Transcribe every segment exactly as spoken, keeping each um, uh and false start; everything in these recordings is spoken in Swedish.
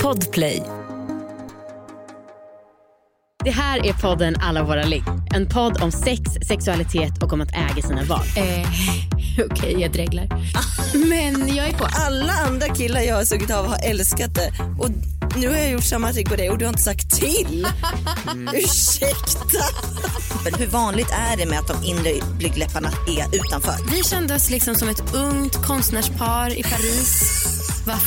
Podplay. Det här är podden Alla våra ligg. En podd om sex, sexualitet och om att äga sina val. Eh, Okej, okay, jag dreglar. Men jag är på. Alla andra killar jag har sugit av har älskat det. Och nu har jag gjort samma trick på dig och du har inte sagt till. Mm. Ursäkta. Hur vanligt är det med att de inre blygdläpparna är utanför? Vi kände oss liksom som ett ungt konstnärspar i Paris. Va?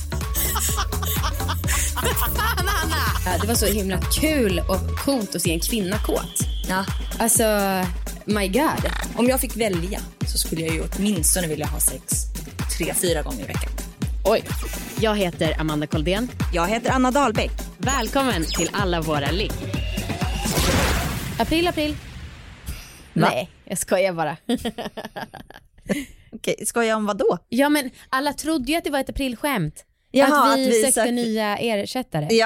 Det var så himla kul och coolt att se en kvinna kåt. Ja. Alltså, my god. Om jag fick välja så skulle jag ju åtminstone vilja ha sex tre, fyra gånger i veckan. Oj. Jag heter Amanda Koldén. Jag heter Anna Dahlbäck. Välkommen till Alla våra ligg. April, april. Va? Nej, jag skojar bara. Okej, skojar om vad då? Ja, men alla trodde ju att det var ett aprilskämt. Jaha, att vi, att vi sökte sökte nya ersättare. Ja.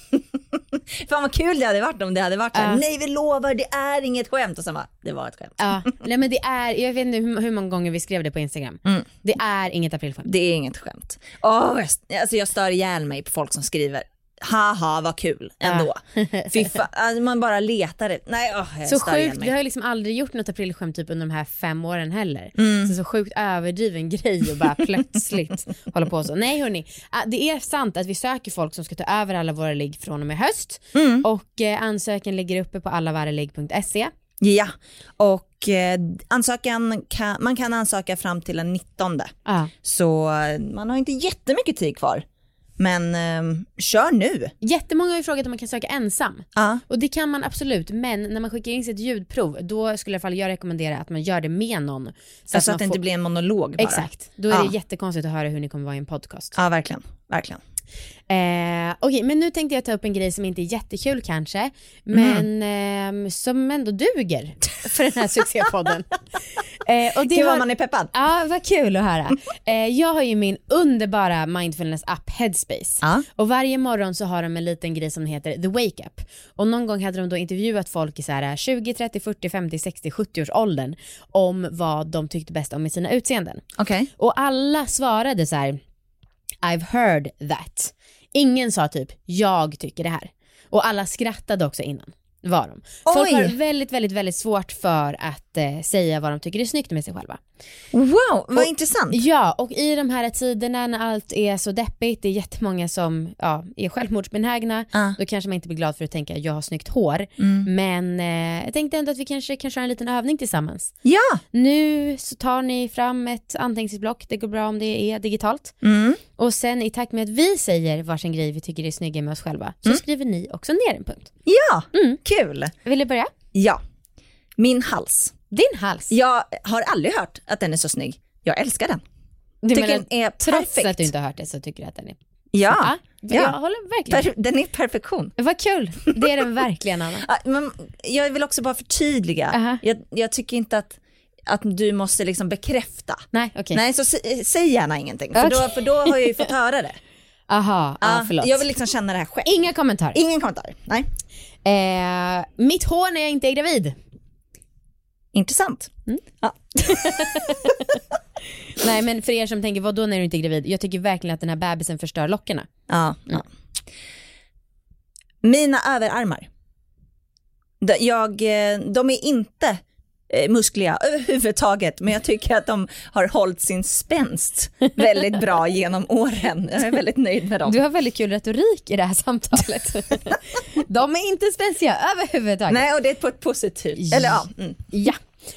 Fan vad kul det hade varit om det hade varit så här, uh. nej vi lovar det är inget skämt och sen bara, det var ett skämt. Ja, nej men det är, jag vet inte hur, hur många gånger vi skrev det på Instagram. Mm. Det är inget aprilskämt. Det är inget skämt. Åh, jag, alltså jag stör ihjäl mig på folk som skriver haha vad kul ändå. Ja. Fy fan, alltså man bara letar det. Nej, åh, jag så stör sjukt, ihjäl mig. vi har ju liksom aldrig gjort något aprilskämt typ under de här fem åren heller. Mm. Så, så sjukt överdriven grej och bara plötsligt hålla på så. Nej hörni, det är sant att vi söker folk som ska ta över alla våra ligg från och med höst. Mm. Och eh, ansökan ligger uppe på allavaraligg punkt se. Ja, och eh, ansökan kan, man kan ansöka fram till den nittonde. Ah. Så man har inte jättemycket tid kvar. Men eh, kör nu. Jättemånga har ju frågat om man kan söka ensam. Ah. Och det kan man absolut. Men när man skickar in sitt ljudprov, då skulle i alla fall jag rekommendera att man gör det med någon. Så alltså att, att det får... inte blir en monolog bara. Exakt, då är ah. det jättekonstigt att höra hur ni kommer vara i en podcast. Ja, ah, verkligen, verkligen. Eh, Okej, okay, men nu tänkte jag ta upp en grej som inte är jättekul kanske. Men mm. eh, som ändå duger för den här succépodden. eh, och det Gud vad har... man är peppad. Ja, vad kul att höra. eh, Jag har ju min underbara mindfulness-app Headspace. ah. Och varje morgon så har de en liten grej som heter The Wake Up. Och någon gång hade de då intervjuat folk i så här tjugo, trettio, fyrtio, femtio, sextio, sjuttio års åldern om vad de tyckte bäst om i sina utseenden. Okay. Och alla svarade så här: I've heard that. Ingen sa typ, jag tycker det här. Och alla skrattade också innan. Var de. Folk Oj. har väldigt, väldigt, väldigt svårt för att eh, säga vad de tycker är snyggt med sig själva. Wow, vad och, intressant. Ja, och i de här tiderna när allt är så deppigt, det är jättemånga som ja, är självmordsbenägna. Uh. Då kanske man inte blir glad för att tänka, jag har snyggt hår. Mm. Men eh, jag tänkte ändå att vi kanske kan köra en liten övning tillsammans. Ja. Nu så tar ni fram ett anteckningsblock, det går bra om det är digitalt. Mm. Och sen i takt med att vi säger varsin grej vi tycker är snygga med oss själva, så mm. skriver ni också ner en punkt. Ja, mm. kul. Vill du börja? Ja, min hals. Din hals? Jag har aldrig hört att den är så snygg. Jag älskar den. Du tycker menar, den är trots perfekt. att du inte har hört det så tycker du att den är... Ja, ja. ja. Jag håller verkligen. Per- den är perfektion. Vad kul, det är den verkligen, Anna. Ja, men jag vill också bara förtydliga. Uh-huh. jag, jag tycker inte att att du måste liksom bekräfta. Nej, okej. Okay. Nej, så s- säg gärna ingenting. För, okay. då, för då har jag ju fått höra det. Aha, ja, ah, förlåt. Jag vill liksom känna det här själv. Inga kommentarer. Ingen kommentar, nej. Eh, mitt hår när jag inte är gravid. Intressant. Mm. Ja. Nej, men för er som tänker, vad då när du inte är gravid? Jag tycker verkligen att den här bebisen förstör lockerna. Ja, mm. ja. Mina överarmar. De, jag, de är inte muskliga överhuvudtaget, men jag tycker att de har hållit sin spänst väldigt bra genom åren. Jag är väldigt nöjd med dem. Du har väldigt kul retorik i det här samtalet. De är inte spänstiga överhuvudtaget. Nej, och det är på ett positivt. Eller ja. Mm. Ja.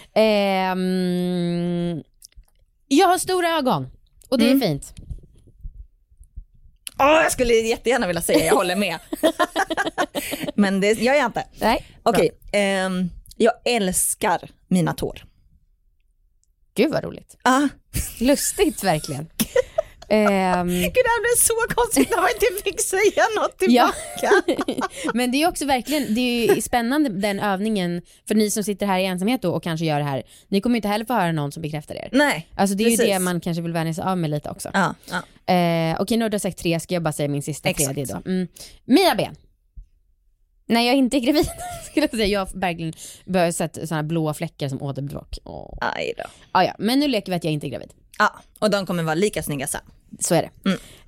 Ehm, jag har stora ögon och det mm. är fint. Åh, oh, jag skulle jättegärna vilja säga jag håller med. Men det gör jag inte. Nej. Okej. Okay, um, jag älskar mina tår. Gud vad roligt. Ah. Lustigt verkligen. um, Gud, det här blev så konstigt när man inte fick säga något tillbaka. Ja. Men det är också verkligen, det är ju spännande den övningen för ni som sitter här i ensamhet då och kanske gör det här. Ni kommer inte heller få höra någon som bekräftar er. Nej. Alltså det är precis. ju det man kanske vill vänja sig av med lite också. Ja, ja. Uh, Okej, nu har du sagt tre, ska jag bara säga min sista Exakt. tredje då. Mm. Mina ben. När jag inte är gravid skulle jag säga, jag har verkligen börjat sett såna blåa fläckar som åderbråck. Oh. Aj då. Ah, ja, men nu leker vi att jag inte är gravid. Ja, och de kommer vara lika snygga sen. Så är det. Mm.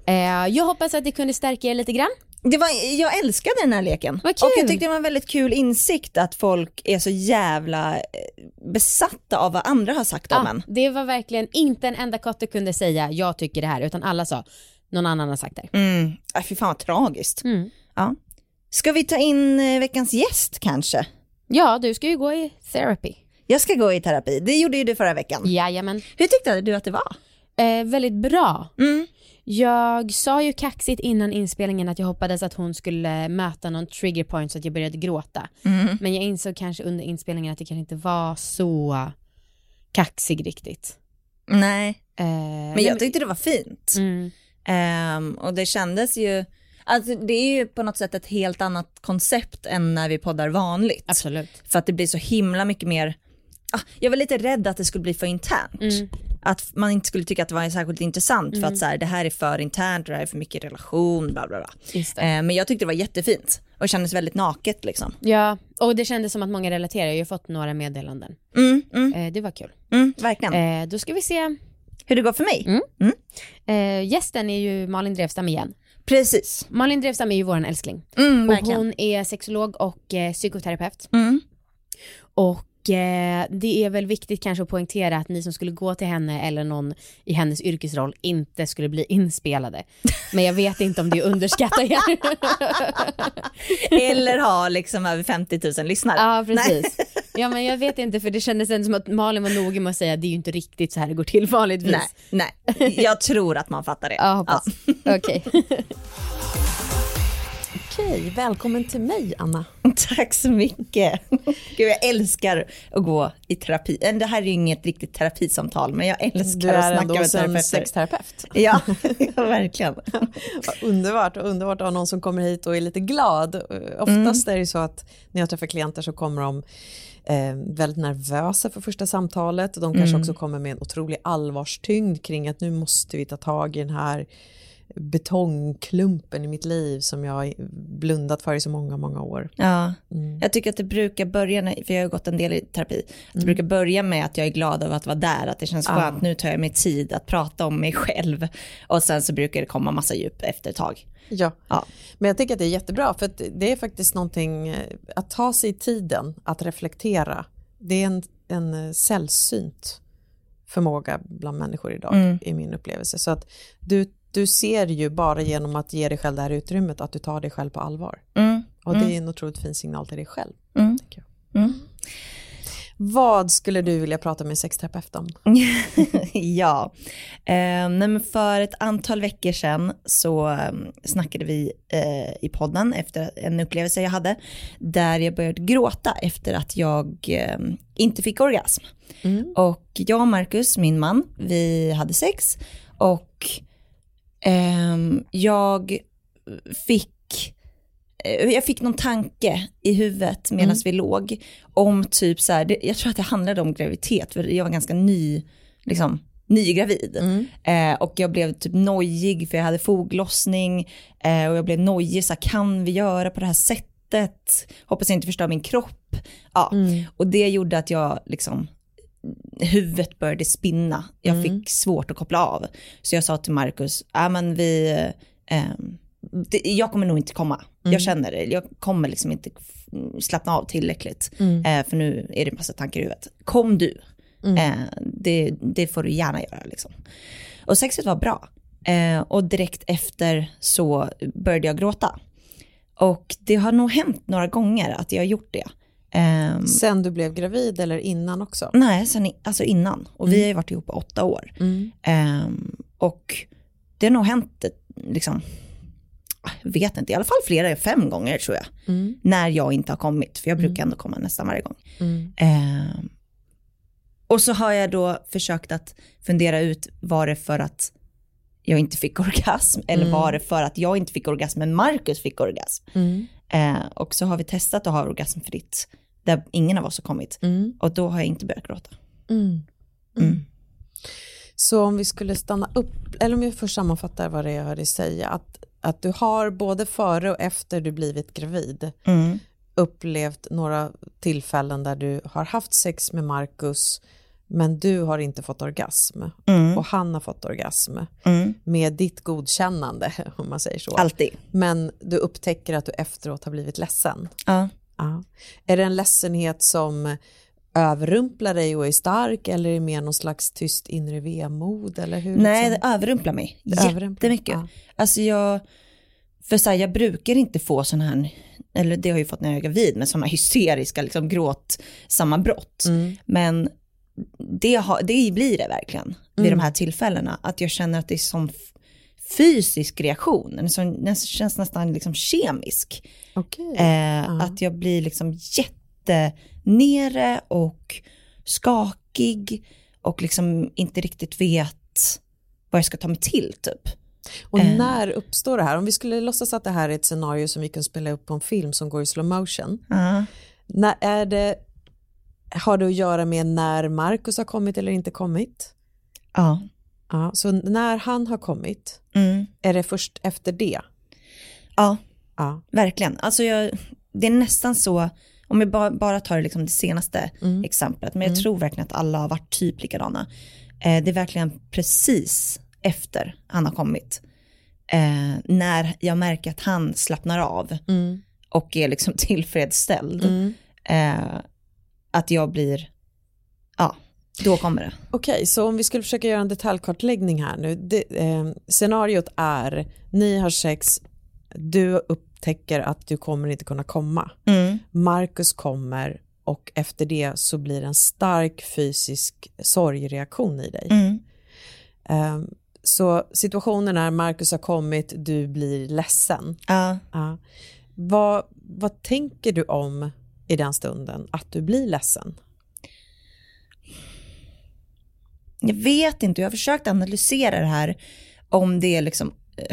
Eh, jag hoppas att det kunde stärka er lite grann. Det var, jag älskade den här leken. Och jag tyckte det var en väldigt kul insikt att folk är så jävla besatta av vad andra har sagt ja, om en. Det var verkligen inte en enda kotte kunde säga jag tycker det här, utan alla sa någon annan har sagt det. Mm. Äh, fy fan vad tragiskt. Mm. Ja. Ska vi ta in veckans gäst kanske? Ja, du ska ju gå i therapy. Jag ska gå i terapi. Det gjorde ju du förra veckan. Jajamän. Hur tyckte du att det var? Eh, väldigt bra. Mm. Jag sa ju kaxigt innan inspelningen att jag hoppades att hon skulle möta någon trigger point så att jag började gråta. Mm. Men jag insåg kanske under inspelningen att det kanske inte var så kaxig riktigt. Nej. Eh, men jag tyckte det var fint. Mm. Um, och det kändes ju... Alltså det är ju på något sätt ett helt annat koncept än när vi poddar vanligt. Absolut. För att det blir så himla mycket mer... Ah, jag var lite rädd att det skulle bli för internt. Mm. Att man inte skulle tycka att det var särskilt intressant mm. för att så här, det här är för internt och det här är för mycket relation, bla bla bla. Just det. Eh, men jag tyckte det var jättefint och kändes väldigt naket liksom. Ja, och det kändes som att många relaterar. Jag har ju fått några meddelanden. Mm, mm. Eh, det var kul. Mm, verkligen. Eh, då ska vi se hur det går för mig. Mm. Mm. Eh, gästen är ju Malin Drevstam igen. Precis. Malin Drevstam är ju våran älskling. Mm, och hon är sexolog och eh, psykoterapeut. Mm. Och eh, det är väl viktigt kanske att poängtera att ni som skulle gå till henne eller någon i hennes yrkesroll inte skulle bli inspelade. Men jag vet inte om det underskattar er. Eller ha liksom över femtio tusen lyssnare. Ja, precis. Ja, men jag vet inte, för det kändes ändå som att Malin var noga med att säga att det är ju inte riktigt så här det går till vanligtvis. Nej, nej. Jag tror att man fattar det. Ja, hoppas. Ja. Okej. Okej, välkommen till mig, Anna. Tack så mycket. Gud, jag älskar att gå i terapi. Det här är ju inget riktigt terapisamtal, men jag älskar att snacka med terapeuter. Du är ändå en sexterapeut. Ja, ja, verkligen. Underbart, och underbart att ha någon som kommer hit och är lite glad. Oftast mm. är det så att när jag träffar klienter så kommer de eh, väldigt nervösa för första samtalet. De kanske mm. också kommer med en otrolig allvarstyngd kring att nu måste vi ta tag i den här betongklumpen i mitt liv som jag har blundat för i så många, många år. Ja, mm. jag tycker att det brukar börja, för jag har gått en del i terapi, att det mm. brukar börja med att jag är glad över att vara där, att det känns skönt, ah. nu tar jag mig tid att prata om mig själv, och sen så brukar det komma massa djup efter ett tag. Ja. ja, men jag tycker att det är jättebra, för att det är faktiskt någonting, att ta sig tiden att reflektera, det är en, en sällsynt förmåga bland människor idag mm. i min upplevelse. Så att du Du ser ju bara genom att ge dig själv det här utrymmet att du tar dig själv på allvar. Mm. Och det är en otroligt fin signal till dig själv. Mm. Tänker jag. Mm. Vad skulle du vilja prata med en sexterapeut om? ja, eh, men för ett antal veckor sedan så eh, snackade vi eh, i podden efter en upplevelse jag hade där jag började gråta efter att jag eh, inte fick orgasm. Mm. Och jag och Marcus, min man, vi hade sex och Um, jag fick uh, jag fick någon tanke i huvudet medan mm. vi låg om typ så här, det, jag tror att det handlade om graviditet, för jag var ganska ny liksom nygravid mm. uh, och jag blev typ nojig för jag hade foglossning uh, och jag blev nojig så här, kan vi göra på det här sättet, hoppas jag inte förstör min kropp, ja. mm. Och det gjorde att jag liksom huvudet började spinna. Jag mm. fick svårt att koppla av. Så jag sa till Marcus, ja men vi eh, det, jag kommer nog inte komma. Mm. Jag känner det. Jag kommer liksom inte slappna av tillräckligt. Mm. Eh, för nu är det en massa tankar i huvudet. Kom du. Mm. Eh, det, det får du gärna göra liksom. Och sexet var bra. Eh, och direkt efter så började jag gråta. Och det har nog hänt några gånger att jag har gjort det. Um, sen du blev gravid eller innan också? Nej, sen, alltså innan. Och mm. vi har ju varit ihop på åtta år. Mm. Um, och det har nog hänt, liksom, jag vet inte, i alla fall flera, fem gånger tror jag. Mm. När jag inte har kommit, för jag brukar ändå komma nästan varje gång. Mm. Um, och så har jag då försökt att fundera ut, var det för att jag inte fick orgasm? Eller mm. var det för att jag inte fick orgasm men Marcus fick orgasm? Mm. Eh, och så har vi testat att ha orgasmfritt där ingen av oss har kommit. Mm. Och då har jag inte börjat gråta. Mm. Mm. Mm. Så om vi skulle stanna upp, eller om jag först sammanfattar vad det är jag hörde säga, att, att du har både före och efter du blivit gravid mm. upplevt några tillfällen där du har haft sex med Marcus men du har inte fått orgasm mm. och han har fått orgasm mm. med ditt godkännande, om man säger så. Alltid. Men du upptäcker att du efteråt har blivit ledsen. Ja. Ja. Är det en ledsenhet som överrumplar dig och är stark, eller är det mer någon slags tyst inre vemod? Eller hur, Nej, liksom? det överrumplar mig Det överrumplar. jättemycket. Ja. Alltså jag, för så här, jag brukar inte få sån här, eller det har jag ju fått när jag är gravid, med såna hysteriska liksom, gråtsammanbrott. Mm. Men det, har, det blir det verkligen vid mm. de här tillfällena. Att jag känner att det är som fysisk reaktion. Den, den känns nästan liksom kemisk. Okay. Eh, uh. Att jag blir liksom jättenere och skakig och liksom inte riktigt vet vad jag ska ta mig till typ. Och eh. när uppstår det här? Om vi skulle låtsas att det här är ett scenario som vi kan spela upp på en film som går i slow motion. Uh. När är det, har det att göra med när Marcus har kommit eller inte kommit? Ja. Ja, så när han har kommit, mm. är det först efter det? Ja, ja. verkligen. Alltså jag, det är nästan så, om jag bara, bara tar liksom det senaste mm. exemplet, men jag mm. tror verkligen att alla har varit typ likadana. Eh, det är verkligen precis efter han har kommit. Eh, när jag märker att han slappnar av mm. och är liksom tillfredsställd. Mm. Eh, att jag blir, ja, då kommer det. Okej, okay, så om vi skulle försöka göra en detaljkartläggning här nu. Det, eh, scenariot är, ni har sex, du upptäcker att du kommer inte kunna komma. Mm. Marcus kommer och efter det så blir det en stark fysisk sorgreaktion i dig. Mm. Eh, så situationen är, Marcus har kommit, du blir ledsen. Ja. Ja. Vad, vad tänker du om i den stunden att du blir ledsen? Jag vet inte, jag har försökt analysera det här, om det är liksom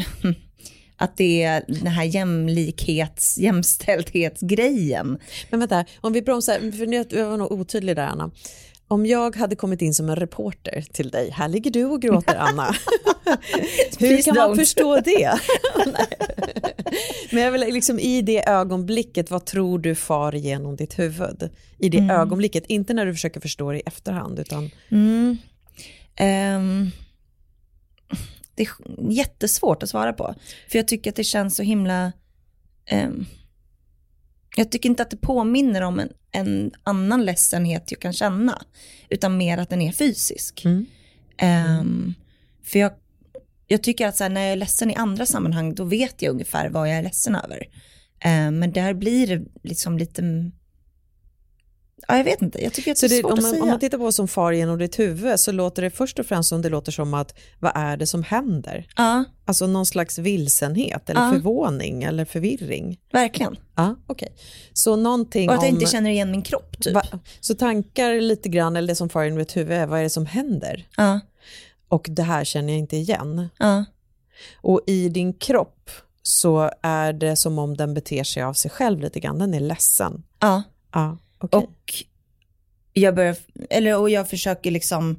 att det är den här jämlikhets, jämställdhetsgrejen. Men vänta, om vi bromsar, för nu jag var nog otydlig där, Anna. Om jag hade kommit in som en reporter till dig, här ligger du och gråter, Anna. Hur kan man förstå det? Men jag vill liksom, i det ögonblicket, vad tror du far igenom ditt huvud? I det mm. ögonblicket, inte när du försöker förstå det i efterhand, utan... Mm. Um, det är jättesvårt att svara på, för jag tycker att det känns så himla um, jag tycker inte att det påminner om en, en annan ledsenhet jag kan känna, utan mer att den är fysisk. mm. um, för jag, jag tycker att så här, när jag är ledsen i andra sammanhang, då vet jag ungefär vad jag är ledsen över, um, men där blir det liksom lite... Ja, jag vet inte. Jag tycker att det är svårt om, att man, säga. om man tittar på som far genom ditt huvud, så låter det först och främst som det låter som att, vad är det som händer? Ja. Alltså någon slags vilsenhet eller ja. förvåning eller förvirring. Verkligen. Ja, okej. Okay. Så någonting och att jag om, inte känner igen min kropp typ. Va, så tankar lite grann, eller det som far genom ditt huvud är, vad är det som händer? Ja. Och det här känner jag inte igen. Ja. Och i din kropp så är det som om den beter sig av sig själv lite grann. Den är ledsen. Ja. Ja. Okay. Och jag börjar, eller och jag försöker liksom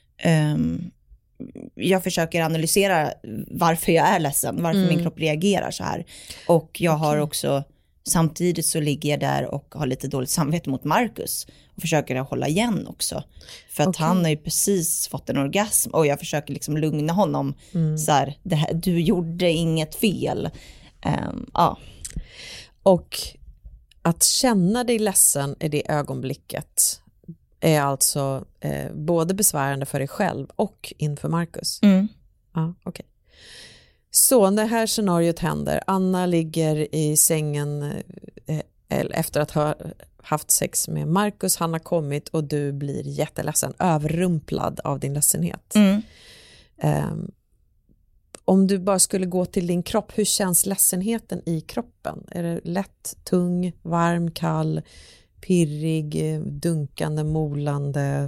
um, jag försöker analysera varför jag är ledsen, varför mm. min kropp reagerar så här. Och jag okay. har också, samtidigt så ligger jag där och har lite dåligt samvete mot Marcus och försöker hålla igen också. För att okay. han har ju precis fått en orgasm och jag försöker liksom lugna honom mm. så här, det här, du gjorde inget fel. Um, ja. Och att känna dig ledsen i det ögonblicket är alltså eh, både besvärande för dig själv och inför Marcus. Mm. Ja, okej. Okay. Så när det här scenariot händer, Anna ligger i sängen eh, efter att ha haft sex med Marcus, han har kommit och du blir jätteledsen, överrumplad av din ledsenhet. Mm. Um, om du bara skulle gå till din kropp, hur känns ledsenheten i kroppen? Är det lätt, tung, varm, kall, pirrig, dunkande, molande,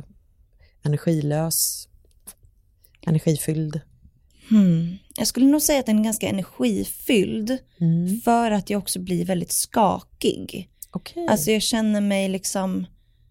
energilös, energifylld? Hmm. Jag skulle nog säga att den är ganska energifylld mm. för att jag också blir väldigt skakig. Okay. Alltså jag känner mig liksom,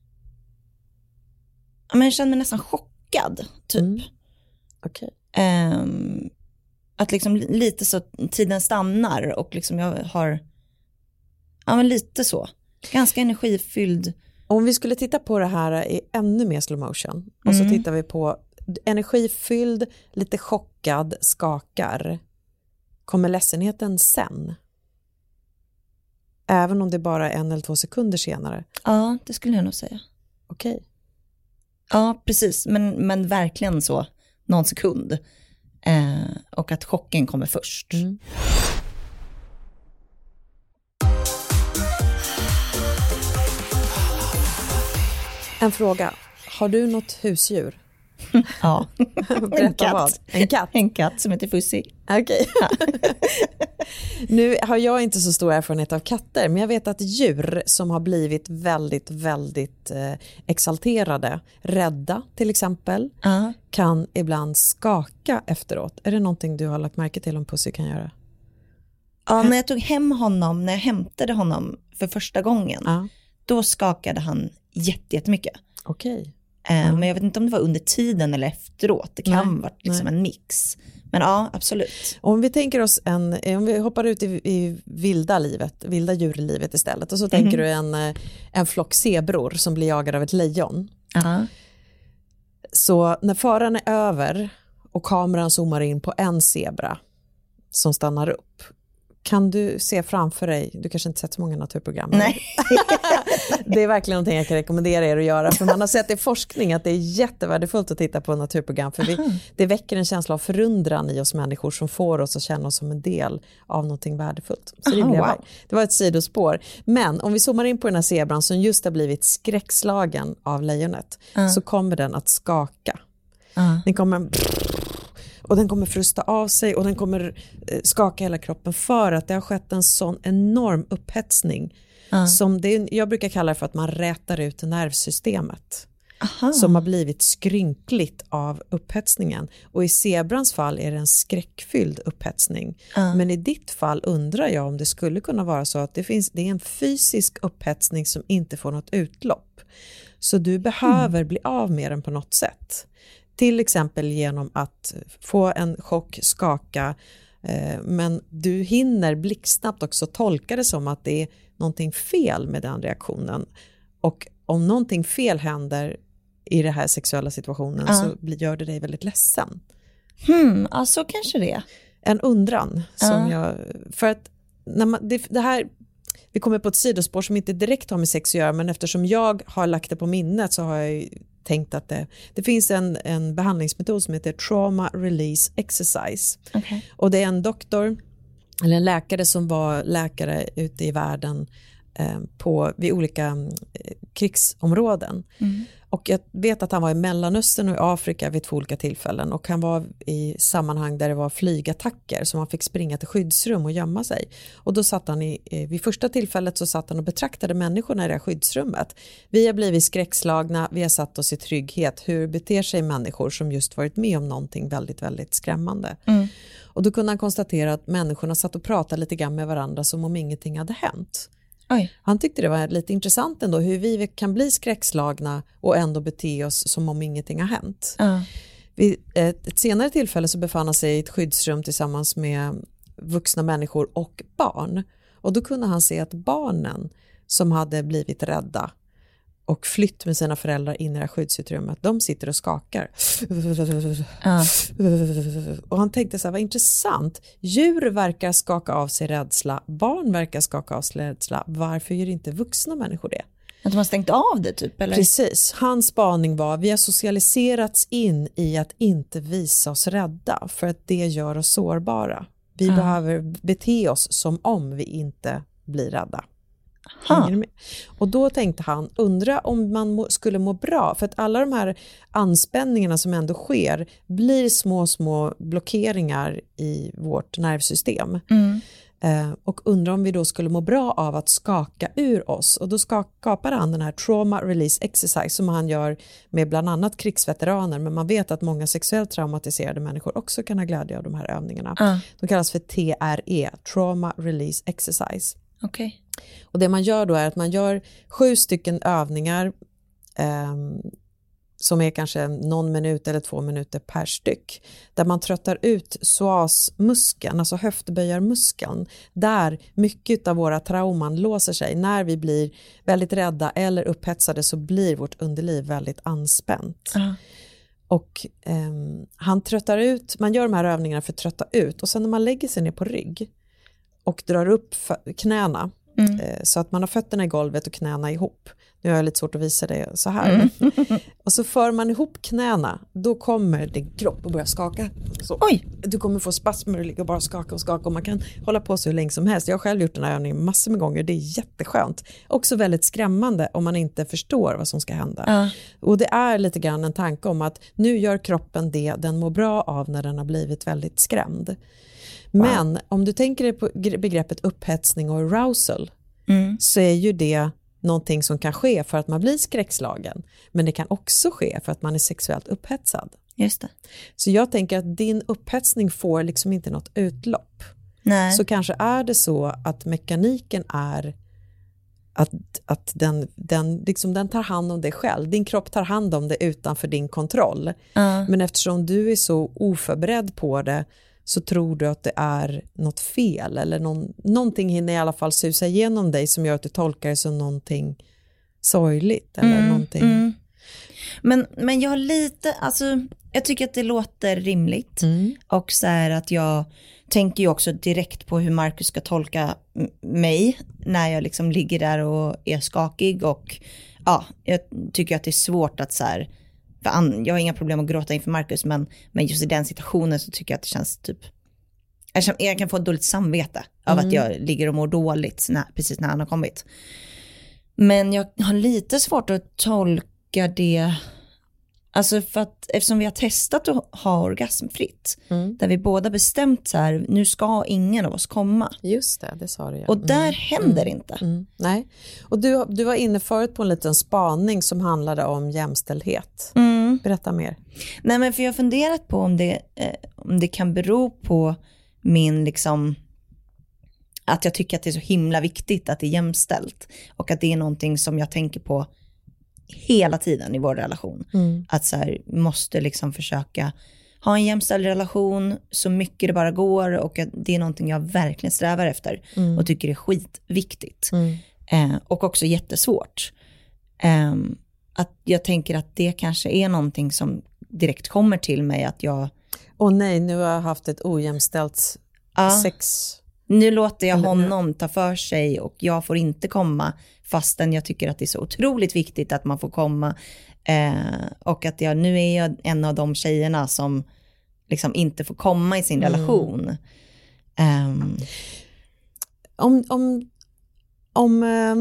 men jag känner mig nästan chockad typ. Mm. Okay. Um, att liksom lite så tiden stannar och liksom jag har, ja men lite så, ganska energifylld Om vi skulle titta på det här i ännu mer slow motion och mm. så tittar vi på energifylld, lite chockad, skakar. Kommer ledsenheten sen? Även om det bara är en eller två sekunder senare. Ja, det skulle jag nog säga. Okej. Okay. Ja, precis. Men, men verkligen så. Någon sekund. Eh, och att chocken kommer först. Mm. En fråga. Har du något husdjur? Ja, en katt. Vad? En katt. En katt som heter Fussi. Okej. Okay. Ja. Nu har jag inte så stor erfarenhet av katter, men jag vet att djur som har blivit väldigt, väldigt eh, exalterade, rädda till exempel, uh-huh. kan ibland skaka efteråt. Är det någonting du har lagt märke till om Pussy kan göra? Ja, när jag tog hem honom, när jag hämtade honom för första gången, uh-huh. då skakade han jättemycket. Okej. Okay. Mm. Men jag vet inte om det var under tiden eller efteråt. Det kan nej, vara liksom en mix. Men ja, absolut. Om vi tänker oss en, om vi hoppar ut i, i vilda livet, vilda djurlivet istället. Och så mm. tänker du en, en flock zebror som blir jagade av ett lejon. Uh-huh. Så när faran är över och kameran zoomar in på en zebra som stannar upp. Kan du se framför dig, du kanske inte sett så många naturprogram. Nej. Det är verkligen någonting jag kan rekommendera er att göra. För man har sett i forskning att det är jättevärdefullt att titta på naturprogram. För vi, det väcker en känsla av förundran i oss människor som får oss att känna oss som en del av någonting värdefullt. Så det, Aha, blev, wow. det var ett sidospår. Men om vi zoomar in på den här zebran som just har blivit skräckslagen av lejonet. Uh. Så kommer den att skaka. Uh. Den kommer... Och den kommer frusta av sig och den kommer skaka hela kroppen för att det har skett en sån enorm upphetsning. Uh. Som det, jag brukar kalla det för att man rätar ut nervsystemet. Aha. Som har blivit skrynkligt av upphetsningen. Och i zebrans fall är det en skräckfylld upphetsning. Uh. Men i ditt fall undrar jag om det skulle kunna vara så att det, finns, det är en fysisk upphetsning som inte får något utlopp. Så du behöver mm. bli av med den på något sätt. Till exempel genom att få en chock, skaka, eh, men du hinner blixtsnabbt också tolka det som att det är någonting fel med den reaktionen. Och om någonting fel händer i den här sexuella situationen uh. så blir, gör det dig väldigt ledsen. Hmm, ja, så kanske det. En undran som uh. jag... För att när man, det, det här... Vi kommer på ett sidospår som inte direkt har med sex att göra, men eftersom jag har lagt det på minnet så har jag tänkt att det, det finns en, en behandlingsmetod som heter Trauma Release Exercise. Okay. Och det är en doktor eller en läkare som var läkare ute i världen eh, på, vid olika eh, krigsområden. Mm. Och jag vet att han var i Mellanöstern och i Afrika vid två olika tillfällen. Och han var i sammanhang där det var flygattacker som han fick springa till skyddsrum och gömma sig. Och då satt han i, vid första tillfället så satt han och betraktade människorna i det här skyddsrummet. Vi har blivit skräckslagna, vi har satt oss i trygghet. Hur beter sig människor som just varit med om någonting väldigt, väldigt skrämmande? Mm. Och då kunde han konstatera att människorna satt och pratade lite grann med varandra som om ingenting hade hänt. Oj. Han tyckte det var lite intressant ändå hur vi kan bli skräckslagna och ändå bete oss som om ingenting har hänt. Uh. Vid ett, ett senare tillfälle så befann han sig i ett skyddsrum tillsammans med vuxna människor och barn. Och då kunde han se att barnen som hade blivit rädda och flytt med sina föräldrar in i det här skyddsutrymmet, de sitter och skakar. Uh. Och han tänkte så här, vad intressant. Djur verkar skaka av sig rädsla, barn verkar skaka av sig rädsla. Varför gör inte vuxna människor det? Att de har stängt av det typ, eller? Precis. Hans spaning var, vi har socialiserats in i att inte visa oss rädda för att det gör oss sårbara. Vi uh. behöver bete oss som om vi inte blir rädda. Och då tänkte han, undra om man må, skulle må bra, för att alla de här anspänningarna som ändå sker blir små små blockeringar i vårt nervsystem. Mm. eh, och undra om vi då skulle må bra av att skaka ur oss. Och då skapar han den här Trauma Release Exercise som han gör med bland annat krigsveteraner, men man vet att många sexuellt traumatiserade människor också kan ha glädje av de här övningarna. uh. De kallas för T R E, Trauma Release Exercise. Okej. Okay. Och det man gör då är att man gör sju stycken övningar eh, som är kanske någon minut eller två minuter per styck, där man tröttar ut psoasmuskeln, alltså höftböjarmuskeln, där mycket av våra trauman låser sig. När vi blir väldigt rädda eller upphetsade så blir vårt underliv väldigt anspänt. Uh-huh. Och eh, han tröttar ut, man gör de här övningarna för att trötta ut, och sen när man lägger sig ner på rygg och drar upp knäna, mm. eh, så att man har fötterna i golvet och knäna ihop. Nu har jag lite svårt att visa det så här. Mm. Och så för man ihop knäna, då kommer din kropp att börja skaka. Så, oj! Du kommer få spasmer och ligga och bara skaka och skaka. Och man kan hålla på så hur länge som helst. Jag har själv gjort den här övningen massor med gånger. Det är jätteskönt. Också väldigt skrämmande om man inte förstår vad som ska hända. Ja. Och det är lite grann en tanke om att nu gör kroppen det den mår bra av när den har blivit väldigt skrämd. Men wow. om du tänker dig på begreppet upphetsning och arousal, mm. så är ju det någonting som kan ske för att man blir skräckslagen. Men det kan också ske för att man är sexuellt upphetsad. Just det. Så jag tänker att din upphetsning får liksom inte något utlopp. Nej. Så kanske är det så att mekaniken är att, att den, den, liksom den tar hand om dig själv. Din kropp tar hand om det utanför din kontroll. Uh. Men eftersom du är så oförberedd på det, så tror du att det är något fel eller någon, någonting hinner i alla fall susa igenom dig som gör att du tolkar det som någonting sorgligt eller mm, någonting. Mm. Men, men jag har lite, alltså jag tycker att det låter rimligt mm. och så här att jag tänker ju också direkt på hur Marcus ska tolka mig när jag liksom ligger där och är skakig, och ja, jag tycker att det är svårt att så här, för jag har inga problem att gråta inför Marcus, men, men just i den situationen så tycker jag att det känns typ, jag kan få ett dåligt samvete av mm. att jag ligger och mår dåligt när, precis när han har kommit. Men jag har lite svårt att tolka det, alltså för att eftersom vi har testat att ha orgasmfritt, mm. där vi båda bestämt så här, nu ska ingen av oss komma. Just det, det sa du ja. Och där mm. händer mm. inte. Mm. Nej, och du, du var inne förut på en liten spaning som handlade om jämställdhet. Mm. Berätta mer. Nej, men för jag har funderat på om det, eh, om det kan bero på min liksom, att jag tycker att det är så himla viktigt att det är jämställt, och att det är någonting som jag tänker på hela tiden i vår relation. Mm. Att så här, måste liksom försöka ha en jämställd relation så mycket det bara går, och att det är någonting jag verkligen strävar efter mm. och tycker är skitviktigt. Mm. Eh, och också jättesvårt. Eh, att jag tänker att det kanske är någonting som direkt kommer till mig, att jag... Åh nej, nu har jag haft ett ojämställt ah. sex... Nu låter jag honom ta för sig och jag får inte komma, fastän jag tycker att det är så otroligt viktigt att man får komma. Eh, och att jag, nu är jag en av de tjejerna som liksom inte får komma i sin mm. relation. Um. Om, om, om, eh,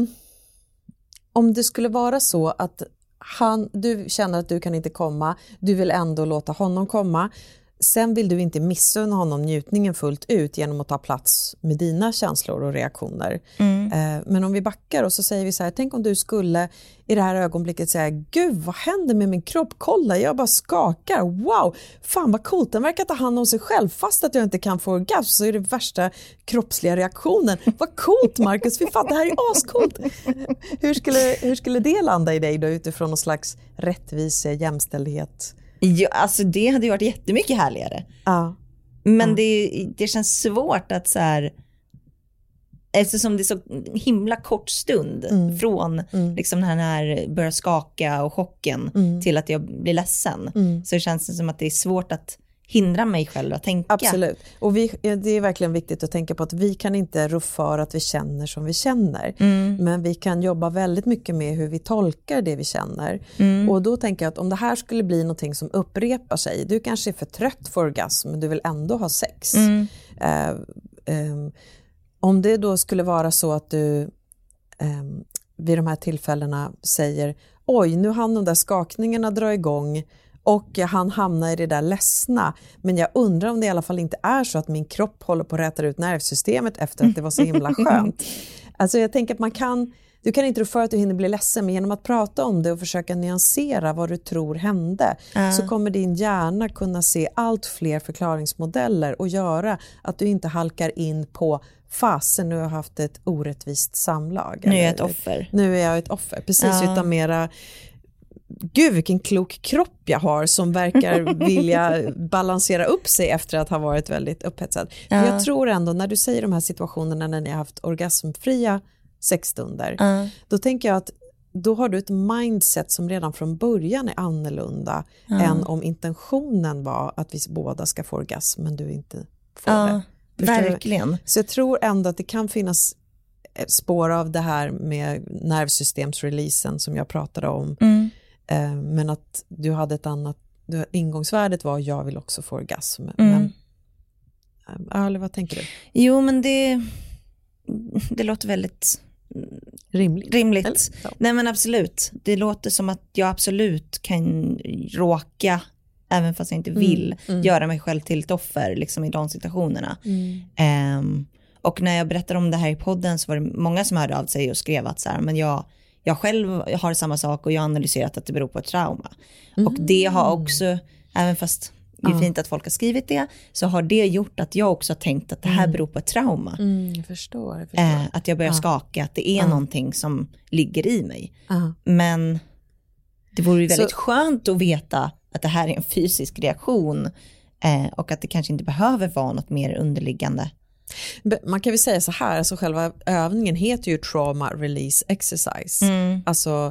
om det skulle vara så att han, du känner att du kan inte komma, du vill ändå låta honom komma. Sen vill du inte missunna honom njutningen fullt ut genom att ta plats med dina känslor och reaktioner. Mm. Eh, men om vi backar och så säger vi så här, tänk om du skulle i det här ögonblicket säga, gud vad händer med min kropp? Kolla, jag bara skakar. Wow, fan vad coolt. Den verkar ta hand om sig själv fast att jag inte kan få orgasm, så är det värsta kroppsliga reaktionen. Vad coolt Marcus, fy fan, det här är ascoolt. Hur skulle, hur skulle det landa i dig då utifrån någon slags rättvise, jämställdhet? Ja, alltså det hade ju varit jättemycket härligare. Ja. Men ja. Det, det känns svårt att så här, eftersom det är så himla kort stund mm. från mm. liksom när den här börjar skaka och chocken mm. till att jag blir ledsen. Mm. Så det känns som att det är svårt att hindra mig själv att tänka. Absolut. Och vi, det är verkligen viktigt att tänka på att vi kan inte rå för att vi känner som vi känner. Mm. Men vi kan jobba väldigt mycket med hur vi tolkar det vi känner. Mm. Och då tänker jag att om det här skulle bli någonting som upprepar sig. Du kanske är för trött för orgasm, men du vill ändå ha sex. Mm. Uh, um, om det då skulle vara så att du um, vid de här tillfällena säger, oj, nu hann de där skakningarna dra igång. Och han hamnar i det där ledsna. Men jag undrar om det i alla fall inte är så att min kropp håller på att räta ut nervsystemet efter att det var så himla skönt. Alltså jag tänker att man kan, du kan inte rå för att du hinner bli ledsen, men genom att prata om det och försöka nyansera vad du tror hände uh. så kommer din hjärna kunna se allt fler förklaringsmodeller och göra att du inte halkar in på fasen, nu har jag haft ett orättvist samlag. Nu är jag ett offer. Nu är jag ett offer, precis, uh. utan mera gud vilken klok kropp jag har som verkar vilja balansera upp sig efter att ha varit väldigt upphetsad. Ja. För jag tror ändå när du säger de här situationerna när ni har haft orgasmfria sexstunder, ja. Då tänker jag att då har du ett mindset som redan från början är annorlunda ja. Än om intentionen var att vi båda ska få orgasm men du inte får ja, det. Verkligen. Du? Så jag tror ändå att det kan finnas spår av det här med nervsystemsreleasen som jag pratade om. Mm. Eh, men att du hade ett annat, du, ingångsvärdet var jag vill också få orgasm. Mm. Men, äh, eller vad tänker du? Jo men det, det låter väldigt rimligt. rimligt. Ja. Nej men absolut. Det låter som att jag absolut kan råka, även fast jag inte vill, mm. Mm. göra mig själv till ett offer liksom i de situationerna. Mm. Um, Och när jag berättade om det här i podden så var det många som hörde av sig och skrev att så här, men jag, jag själv har samma sak och jag har analyserat att det beror på ett trauma. Mm. Och det har också, även fast det är ja. Fint att folk har skrivit det, så har det gjort att jag också har tänkt att det här beror på ett trauma. Mm, jag förstår. Jag förstår. Eh, att jag börjar ja. skaka, att det är ja. någonting som ligger i mig. Ja. Men det vore ju väldigt så skönt att veta att det här är en fysisk reaktion eh, och att det kanske inte behöver vara något mer underliggande. Man kan väl säga så här, alltså själva övningen heter ju trauma release exercise. Mm. Alltså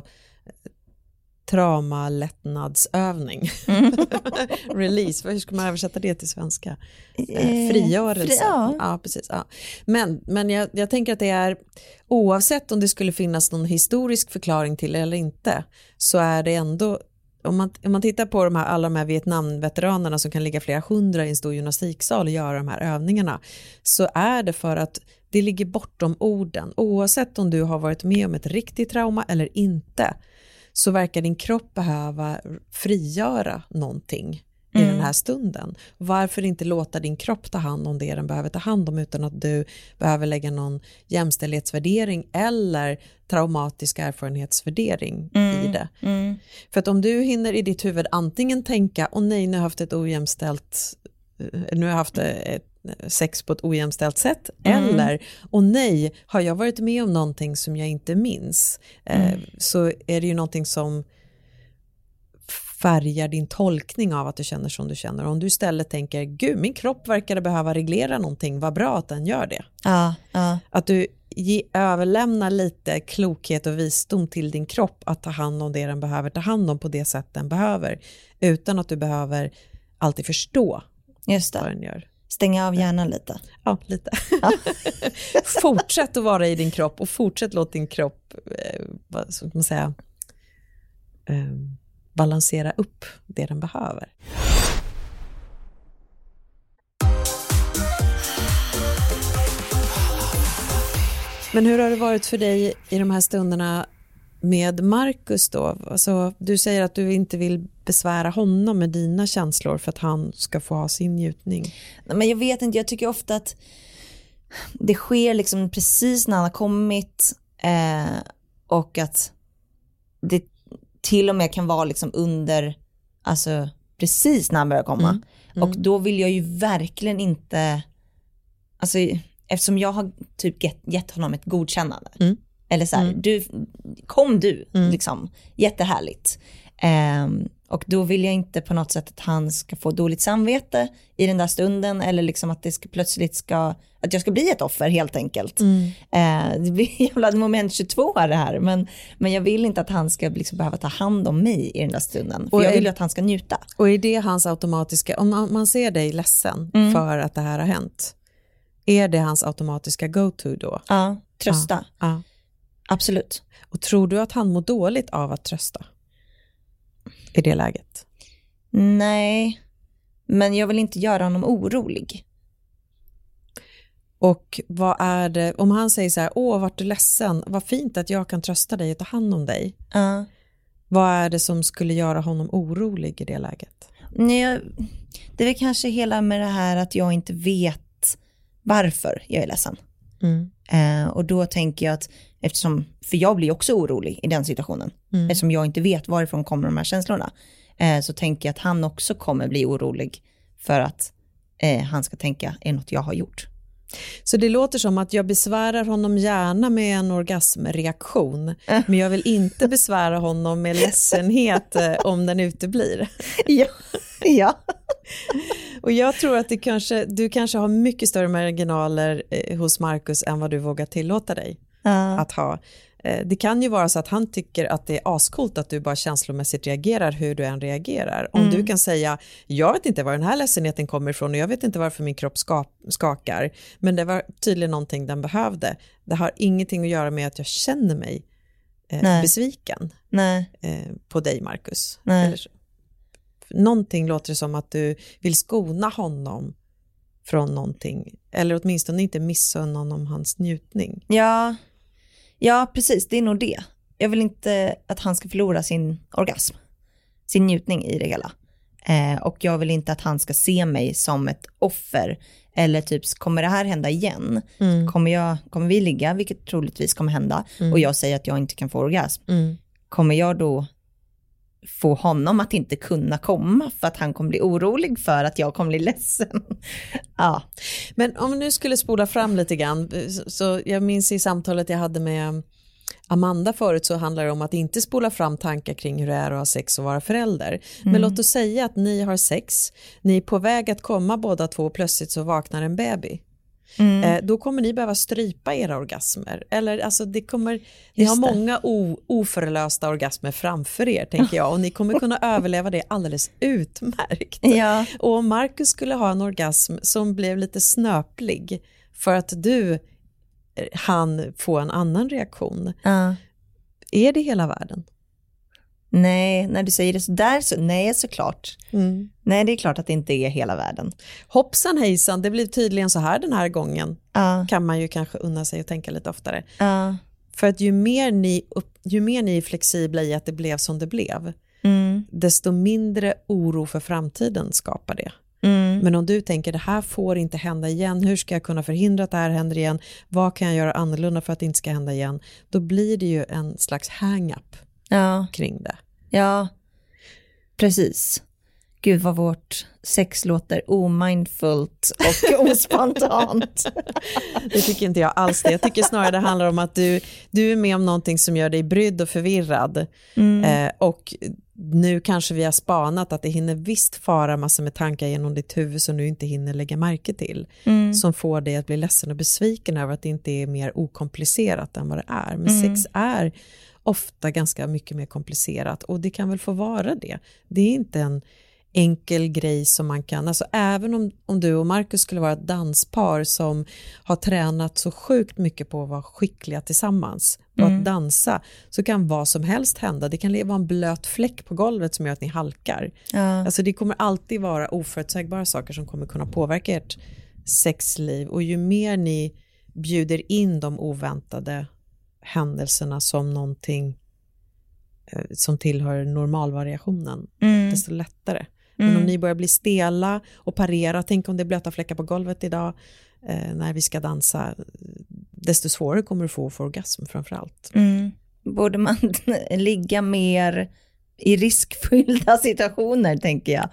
traumalättnadsövning. Mm. Release, hur ska man översätta det till svenska? Eh, frigörelse. Fri, ja. Ja, precis. Ja. Men, men jag, jag tänker att det är, oavsett om det skulle finnas någon historisk förklaring till det eller inte, så är det ändå, om man, om man tittar på de här, alla de här Vietnamveteranerna som kan ligga flera hundra i en stor gymnastiksal och göra de här övningarna, så är det för att det ligger bortom orden. Oavsett om du har varit med om ett riktigt trauma eller inte, så verkar din kropp behöva frigöra någonting i mm. den här stunden. Varför inte låta din kropp ta hand om det den behöver ta hand om, utan att du behöver lägga någon jämställdhetsvärdering eller traumatisk erfarenhetsvärdering mm. i det. Mm. För att om du hinner i ditt huvud antingen tänka, åh nej, nu har jag haft ett ojämställt nu har jag haft ett sex på ett ojämställt sätt, mm. eller, och nej, har jag varit med om någonting som jag inte minns, mm. eh, så är det ju någonting som färgar din tolkning av att du känner som du känner. Och om du istället tänker, gud, min kropp verkar behöva reglera någonting, vad bra att den gör det. Ja, ja. Att du ge, överlämnar lite klokhet och visdom till din kropp att ta hand om det den behöver ta hand om på det sätt den behöver, utan att du behöver alltid förstå Just det. vad den gör. Stänga av hjärnan lite. Ja, lite. Ja. Fortsätt att vara i din kropp och fortsätt låta din kropp eh, vad ska man säga, eh, balansera upp det den behöver. Men hur har det varit för dig i de här stunderna med Marcus då? Alltså, du säger att du inte vill besvära honom med dina känslor för att han ska få ha sin njutning. Men jag vet inte, jag tycker ofta att det sker liksom precis när han har kommit eh, och att det till och med kan vara liksom under, alltså precis när han börjar komma. Mm. Mm. Och då vill jag ju verkligen inte, alltså eftersom jag har typ gett, gett honom ett godkännande. Mm. Eller så här, mm. du, kom du, mm. liksom, jättehärligt. Um, och då vill jag inte på något sätt att han ska få dåligt samvete i den där stunden, eller liksom att det ska, plötsligt ska, att jag ska bli ett offer helt enkelt. Mm. Uh, det blir jävla moment tjugotvå det här, men, men jag vill inte att han ska liksom behöva ta hand om mig i den där stunden, för och jag vill ju att han ska njuta. Och är det hans automatiska, om man, man ser dig ledsen mm. för att det här har hänt, är det hans automatiska go-to då? Ja, trösta. Ja, ja. Absolut. Och tror du att han mår dåligt av att trösta i det läget? Nej, men jag vill inte göra honom orolig. Och vad är det, om han säger så här, åh vart du ledsen, vad fint att jag kan trösta dig och ta hand om dig. Uh. Vad är det som skulle göra honom orolig i det läget? Nej, det är väl kanske hela med det här att jag inte vet varför jag är ledsen. Mm. Eh, och då tänker jag att eftersom, för jag blir också orolig i den situationen, mm. eftersom jag inte vet varifrån kommer de här känslorna, eh, så tänker jag att han också kommer bli orolig för att eh, han ska tänka, är något jag har gjort. Så det låter som att jag besvärar honom gärna med en orgasmreaktion, äh. men jag vill inte besvära honom med ledsenhet om den uteblir. Ja, ja. Och jag tror att det kanske, du kanske har mycket större marginaler hos Marcus än vad du vågar tillåta dig uh. att ha. Det kan ju vara så att han tycker att det är ascoolt att du bara känslomässigt reagerar hur du än reagerar. Om mm. du kan säga, jag vet inte var den här ledsenheten kommer ifrån och jag vet inte varför min kropp ska- skakar. Men det var tydligen någonting den behövde. Det har ingenting att göra med att jag känner mig eh, Nej. besviken Nej. Eh, på dig, Marcus. Nej. Eller så. Någonting låter det som att du vill skona honom från någonting. Eller åtminstone inte missunna honom hans njutning. Ja. Ja, precis. Det är nog det. Jag vill inte att han ska förlora sin orgasm. Sin njutning i det hela. Eh, och jag vill inte att han ska se mig som ett offer. Eller typ, kommer det här hända igen? Mm. Kommer, jag, kommer vi ligga, vilket troligtvis kommer hända. Mm. Och jag säger att jag inte kan få orgasm. Mm. Kommer jag då få honom att inte kunna komma för att han kommer bli orolig för att jag kommer bli ledsen. Ja. Men om vi nu skulle spola fram lite grann, så jag minns i samtalet jag hade med Amanda förut, så handlar det om att inte spola fram tankar kring hur det är att ha sex och vara förälder. Mm. Men låt oss säga att ni har sex, ni är på väg att komma båda två och plötsligt så vaknar en baby. Mm. Eh, då kommer ni behöva strypa era orgasmer. Eller alltså det kommer, ni har många o, oförlösta orgasmer framför er, tänker jag. Och ni kommer kunna överleva det alldeles utmärkt. Ja. Och om Marcus skulle ha en orgasm som blev lite snöplig för att du han få en annan reaktion. Uh. Är det hela världen? Nej, när du säger det så där så nej, såklart. Mm. Nej, det är klart att det inte är hela världen. Hoppsan hejsan, det blir tydligen så här den här gången. Uh. Kan man ju kanske unna sig att tänka lite oftare. Uh. För att ju mer, ni upp, ju mer ni är flexibla i att det blev som det blev, mm. desto mindre oro för framtiden skapar det. Mm. Men om du tänker, det här får inte hända igen, hur ska jag kunna förhindra att det här händer igen, vad kan jag göra annorlunda för att det inte ska hända igen, då blir det ju en slags hang-up ja. kring det. Ja, precis. Gud vad vårt sex låter omindfullt och ospontant. Det tycker inte jag alls det. Jag tycker snarare det handlar om att du, du är med om någonting som gör dig brydd och förvirrad. Mm. Eh, och nu kanske vi har spanat att det hinner visst fara massor med tankar genom ditt huvud som du inte hinner lägga märke till. Mm. Som får dig att bli ledsen och besviken över att det inte är mer okomplicerat än vad det är. Men mm. sex är ofta ganska mycket mer komplicerat, och det kan väl få vara det. Det är inte en enkel grej som man kan, alltså även om, om du och Marcus skulle vara ett danspar som har tränat så sjukt mycket på att vara skickliga tillsammans, på mm. att dansa, så kan vad som helst hända. Det kan vara en blöt fläck på golvet som gör att ni halkar. Ja. Alltså det kommer alltid vara oförutsägbara saker som kommer kunna påverka ert sexliv, och ju mer ni bjuder in de oväntade händelserna som någonting eh, som tillhör normalvariationen, mm. desto lättare. Men mm. om ni börjar bli stela och parera, tänk om det är blöta fläckar på golvet idag eh, när vi ska dansa, desto svårare kommer du få för orgasm framförallt. Mm. Borde man ligga mer i riskfyllda situationer, tänker jag?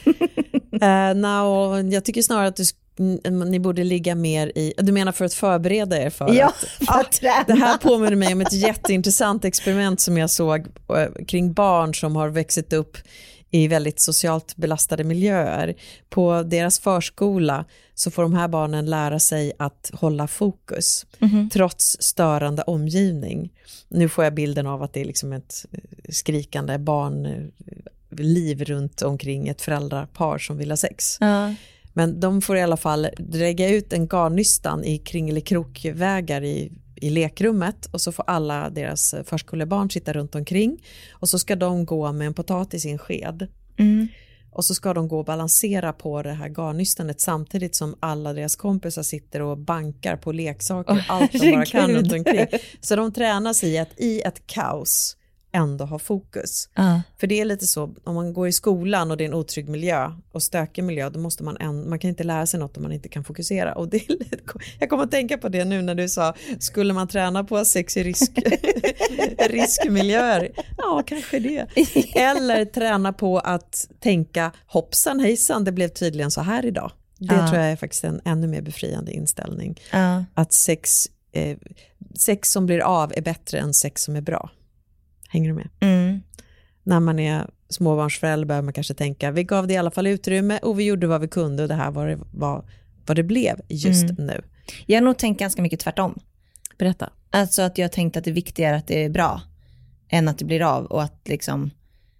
uh, no, jag tycker snarare att du ni borde ligga mer i, du menar för att förbereda er för ja, att, för att träna. Det här påminner mig om ett jätteintressant experiment som jag såg kring barn som har växt upp i väldigt socialt belastade miljöer. På deras förskola så får de här barnen lära sig att hålla fokus mm-hmm. trots störande omgivning. Nu får jag bilden av att det är liksom ett skrikande barnliv runt omkring ett föräldrapar som vill ha sex. Ja. Men de får i alla fall drägga ut en garnnystan i kringelikrokvägar i, i lekrummet, och så får alla deras förskolebarn sitta runt omkring, och så ska de gå med en potatis i en sked. Mm. Och så ska de gå och balansera på det här garnnystanet samtidigt som alla deras kompisar sitter och bankar på leksaker, oh, allt de bara kan runt omkring. Så de tränas i att i ett kaos ändå ha fokus. Uh. För det är lite så, om man går i skolan och det är en otrygg miljö och stökig miljö, då måste man en, man kan inte lära sig något om man inte kan fokusera. Och det är lite, jag kommer att tänka på det nu när du sa, skulle man träna på sex i risk, riskmiljöer? Ja, kanske det. Eller träna på att tänka, hoppsan hejsan, det blev tydligen så här idag. Det Ja. tror jag är faktiskt en ännu mer befriande inställning. Ja. Att sex, eh, sex som blir av är bättre än sex som är bra. Hänger du med? Mm. När man är småbarnsförälder behöver man kanske tänka, vi gav det i alla fall utrymme och vi gjorde vad vi kunde och det här var det, var, vad det blev just Mm. nu. Jag har nog tänkt ganska mycket tvärtom. Berätta. Alltså att jag tänkt att det är viktigare att det är bra än att det blir av, och att liksom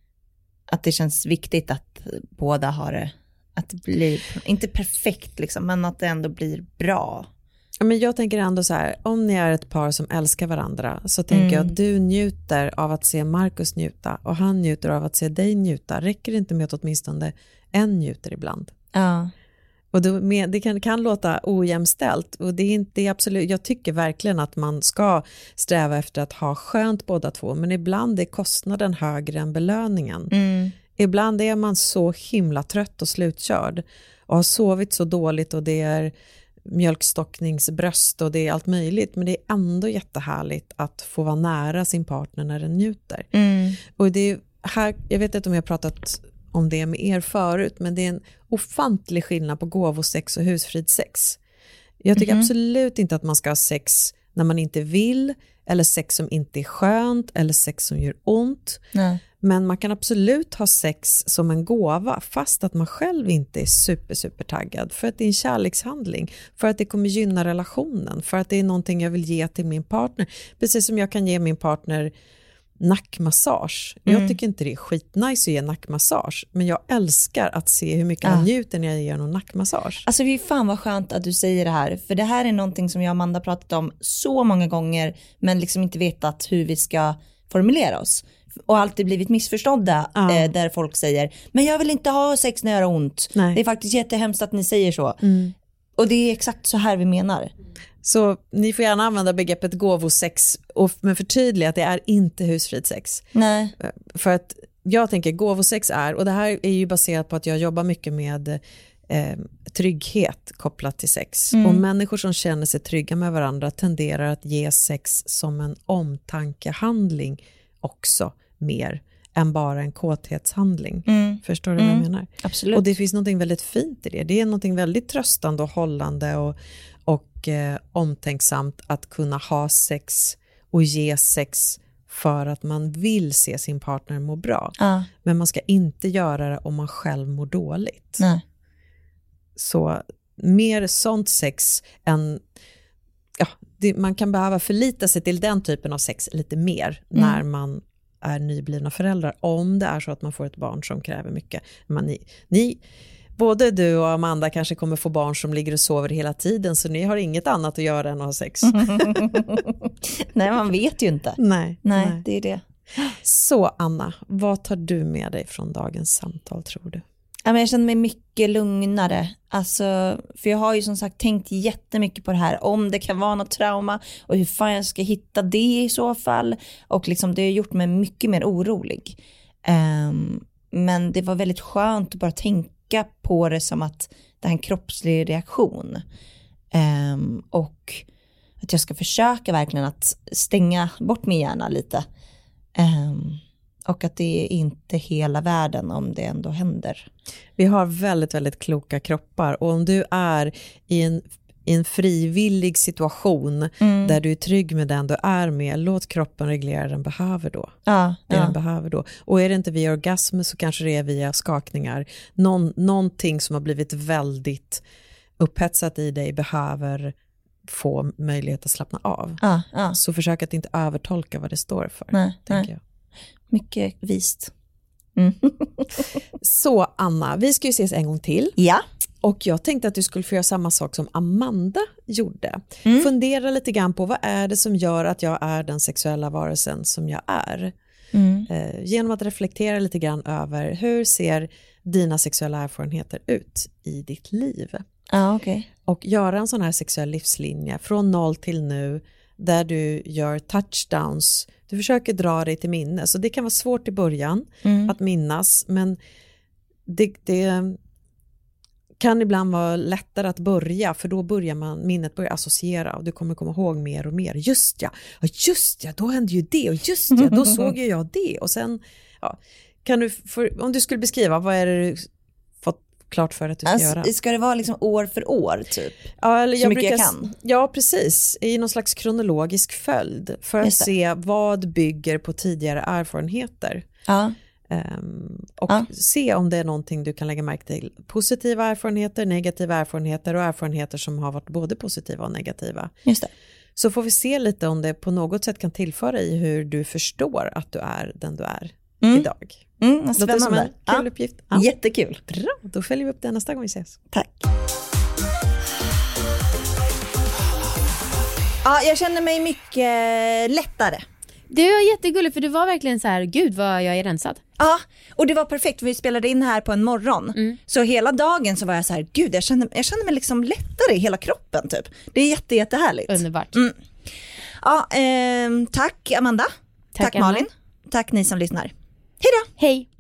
att det känns viktigt att båda har det, att det blir inte perfekt liksom, men att det ändå blir bra. Ja, men jag tänker ändå så här, om ni är ett par som älskar varandra så tänker Mm. jag att du njuter av att se Marcus njuta och han njuter av att se dig njuta. Räcker det inte med att åtminstone en njuter ibland? Ja. Och då med, det kan, kan låta ojämställt och det är inte det är absolut, jag tycker verkligen att man ska sträva efter att ha skönt båda två, men ibland är kostnaden högre än belöningen. Mm. Ibland är man så himla trött och slutkörd och har sovit så dåligt och det är mjölkstockningsbröst och det är allt möjligt, men det är ändå jättehärligt att få vara nära sin partner när den njuter. Mm. Och det är här, jag vet inte om jag har pratat om det med er förut, men det är en ofantlig skillnad på gåvosex och husfridsex. Jag tycker Mhm. absolut inte att man ska ha sex när man inte vill, eller sex som inte är skönt, eller sex som gör ont. Nej. Men man kan absolut ha sex som en gåva fast att man själv inte är super, super taggad. För att det är en kärlekshandling. För att det kommer gynna relationen. För att det är någonting jag vill ge till min partner. Precis som jag kan ge min partner nackmassage. Mm. Jag tycker inte det är skitnice att ge nackmassage. Men jag älskar att se hur mycket Ja. han njuter när jag ger någon nackmassage. Alltså det är fan vad skönt att du säger det här, för det här är någonting som jag och Amanda pratat om så många gånger, men liksom inte vetat hur vi ska formulera oss. Och alltid blivit missförstådda Ja. eh, där folk säger, men jag vill inte ha sex när jag har ont. Nej. Det är faktiskt jättehemskt att ni säger så. Mm. Och det är exakt så här vi menar. Så ni får gärna använda begreppet gåvosex och men förtydliga att det är inte husfridsex. Nej. För att jag tänker gåvosex är, och det här är ju baserat på att jag jobbar mycket med eh, trygghet kopplat till sex. Mm. Och människor som känner sig trygga med varandra tenderar att ge sex som en omtankehandling också mer än bara en kåthetshandling. Mm. Förstår du vad Mm. jag menar? Absolut. Och det finns något väldigt fint i det. Det är något väldigt tröstande och hållande och, och eh, omtänksamt att kunna ha sex och ge sex för att man vill se sin partner må bra. Ja. Men man ska inte göra det om man själv mår dåligt. Nej. Så mer sånt sex än... Ja, det, man kan behöva förlita sig till den typen av sex lite mer Mm. när man är nyblivna föräldrar. Om det är så att man får ett barn som kräver mycket. Man, ni, ni, både du och Amanda kanske kommer få barn som ligger och sover hela tiden, så ni har inget annat att göra än att ha sex. Nej, man vet ju inte. nej, Nej, nej. det är det. Så Anna, vad tar du med dig från dagens samtal tror du? Ja, men jag känner mig mycket lugnare. Alltså, för jag har ju som sagt tänkt jättemycket på det här. Om det kan vara något trauma och hur fan jag ska hitta det i så fall. Och liksom, det har gjort mig mycket mer orolig. Um, men det var väldigt skönt att bara tänka på det som att det är en kroppslig reaktion. Um, och att jag ska försöka verkligen att stänga bort min hjärna lite. Um, Och att det är inte hela världen om det ändå händer. Vi har väldigt, väldigt kloka kroppar. Och om du är i en, i en frivillig situation Mm. där du är trygg med den du är med, låt kroppen reglera den behöver då. Ja, Det ja. den behöver då. Och är det inte via orgasm så kanske det är via skakningar. Någon, någonting som har blivit väldigt upphetsat i dig behöver få möjlighet att slappna av. Ja, ja. Så försök att inte övertolka vad det står för. Nej, tänker nej. jag. Mycket vist. Mm. Så Anna, vi ska ju ses en gång till. Ja. Och jag tänkte att du skulle få göra samma sak som Amanda gjorde. Mm. Fundera lite grann på vad är det som gör att jag är den sexuella varelsen som jag är. Mm. Eh, genom att reflektera lite grann över hur ser dina sexuella erfarenheter ut i ditt liv. Ja, okej. Och göra en sån här sexuell livslinje från noll till nu där du gör touchdowns. Du försöker dra dig till minne. Så det kan vara svårt i början Mm. att minnas, men det, det kan ibland vara lättare att börja, för då börjar man, minnet börjar associera och du kommer komma ihåg mer och mer. Just ja, ja just ja, då hände ju det och just ja, då såg ju jag det och sen, ja, kan du, för, om du skulle beskriva, vad är det du fått klart för att du ska alltså, göra. Ska det vara liksom år för år typ? Ja, eller så jag mycket brukar, jag kan? Ja, precis. I någon slags kronologisk följd för att se vad bygger på tidigare erfarenheter. Ja. Um, och ja. se om det är någonting du kan lägga märke till. Positiva erfarenheter, negativa erfarenheter och erfarenheter som har varit både positiva och negativa. Just det. Så får vi se lite om det på något sätt kan tillföra i hur du förstår att du är den du är mm. idag. Mm, spännande. Låter som en kul ja. uppgift. Ja. Jättekul. Bra, då följer vi upp det nästa gång vi ses. Tack. Ja, jag känner mig mycket lättare. Det var jättegulligt för det var verkligen så här, gud vad jag är rensad. Ja, och det var perfekt för vi spelade in här på en morgon. Mm. Så hela dagen så var jag så här, gud jag känner, jag känner mig liksom lättare i hela kroppen typ. Det är jätte, jättehärligt. Underbart. Mm. Ja, eh, tack Amanda. Tack, tack Malin. Tack ni som lyssnar. Hej då. Hej.